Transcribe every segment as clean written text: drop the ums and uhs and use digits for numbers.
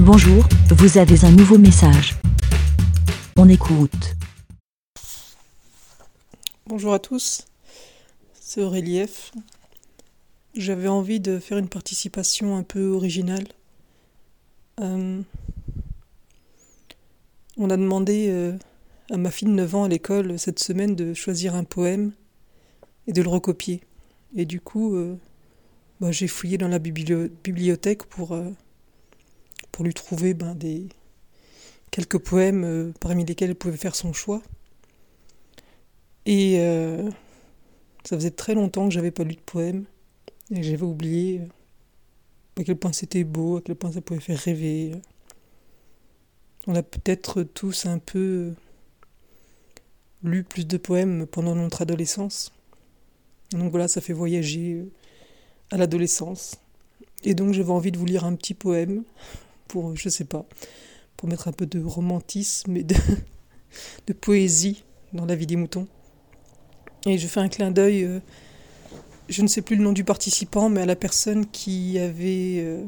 Bonjour, vous avez un nouveau message. On écoute. Bonjour à tous, c'est Aurélie F. J'avais envie de faire une participation un peu originale. On a demandé à ma fille de 9 ans à l'école cette semaine de choisir un poème et de le recopier. Et du coup, j'ai fouillé dans la bibliothèque pour lui trouver quelques poèmes parmi lesquels elle pouvait faire son choix. Et ça faisait très longtemps que j'avais pas lu de poème et j'avais oublié à quel point c'était beau, à quel point ça pouvait faire rêver. On a peut-être tous un peu lu plus de poèmes pendant notre adolescence. Donc voilà, ça fait voyager à l'adolescence. Et donc j'avais envie de vous lire un petit poème pour, pour mettre un peu de romantisme et de poésie dans la vie des moutons. Et je fais un clin d'œil, je ne sais plus le nom du participant, mais à la personne qui avait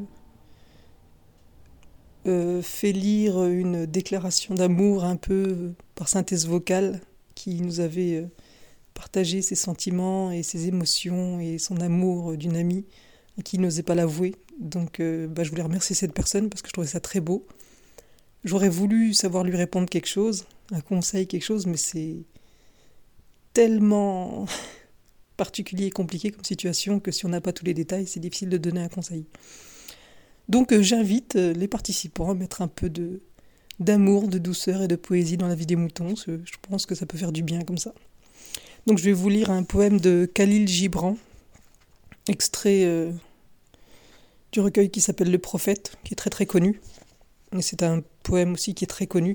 fait lire une déclaration d'amour un peu par synthèse vocale, qui nous avait partagé ses sentiments et ses émotions et son amour d'une amie et qui n'osait pas l'avouer. Donc je voulais remercier cette personne parce que je trouvais ça très beau. J'aurais voulu savoir lui répondre quelque chose, un conseil, quelque chose, mais c'est tellement particulier et compliqué comme situation que si on n'a pas tous les détails, c'est difficile de donner un conseil. Donc j'invite les participants à mettre un peu d'amour, de douceur et de poésie dans la vie des moutons. Je pense que ça peut faire du bien comme ça. Donc je vais vous lire un poème de Khalil Gibran, extrait du recueil qui s'appelle Le Prophète, qui est très très connu. Et c'est un poème aussi qui est très connu.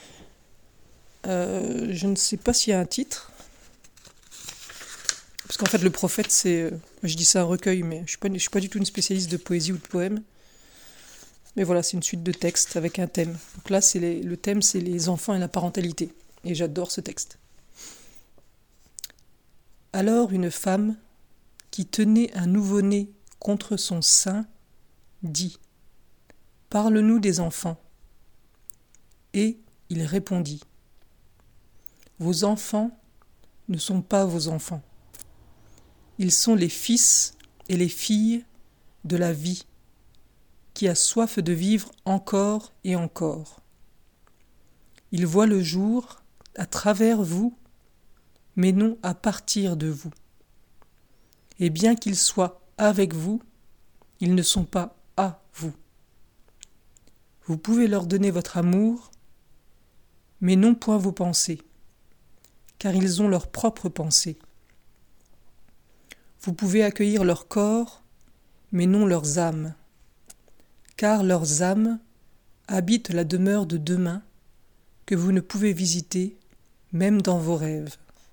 Je ne sais pas s'il y a un titre. Parce qu'en fait, Le Prophète, je dis ça un recueil, mais je suis pas du tout une spécialiste de poésie ou de poème. Mais voilà, c'est une suite de textes avec un thème. Donc là, le thème, c'est les enfants et la parentalité. Et j'adore ce texte. Alors une femme qui tenait un nouveau-né contre son sein dit « Parle-nous des enfants ». Et il répondit « Vos enfants ne sont pas vos enfants. Ils sont les fils et les filles de la vie qui a soif de vivre encore et encore. Ils voient le jour à travers vous, mais non à partir de vous. Et bien qu'ils soient avec vous, ils ne sont pas à vous. Vous pouvez leur donner votre amour, mais non point vos pensées, car ils ont leurs propres pensées. Vous pouvez accueillir leur corps, mais non leurs âmes, car leurs âmes habitent la demeure de demain que vous ne pouvez visiter même dans vos rêves.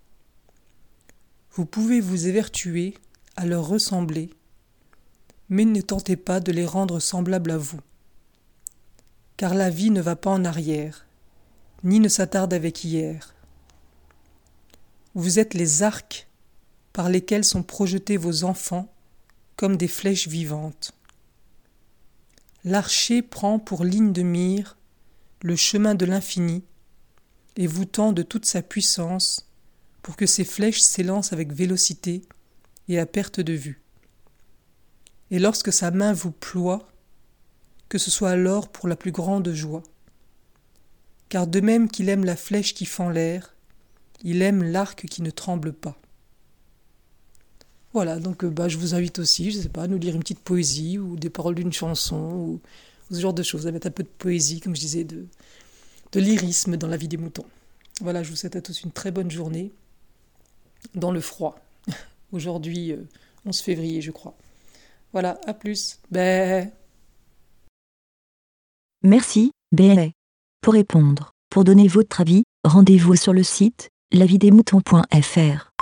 Vous pouvez vous évertuer à leur ressembler, mais ne tentez pas de les rendre semblables à vous, car la vie ne va pas en arrière, ni ne s'attarde avec hier. Vous êtes les arcs par lesquels sont projetés vos enfants comme des flèches vivantes. L'archer prend pour ligne de mire le chemin de l'infini et vous tend de toute sa puissance pour que ces flèches s'élancent avec vélocité et à perte de vue. Et lorsque sa main vous ploie, que ce soit alors pour la plus grande joie. Car de même qu'il aime la flèche qui fend l'air, il aime l'arc qui ne tremble pas. Voilà, donc je vous invite aussi, je ne sais pas, à nous lire une petite poésie ou des paroles d'une chanson ou ce genre de choses, à mettre un peu de poésie, comme je disais, de lyrisme dans la vie des moutons. Voilà, je vous souhaite à tous une très bonne journée dans le froid. Aujourd'hui, 11 février, je crois. Voilà, à plus. Bé. Merci, Bé. Pour répondre, pour donner votre avis, rendez-vous sur le site lavidesmoutons.fr.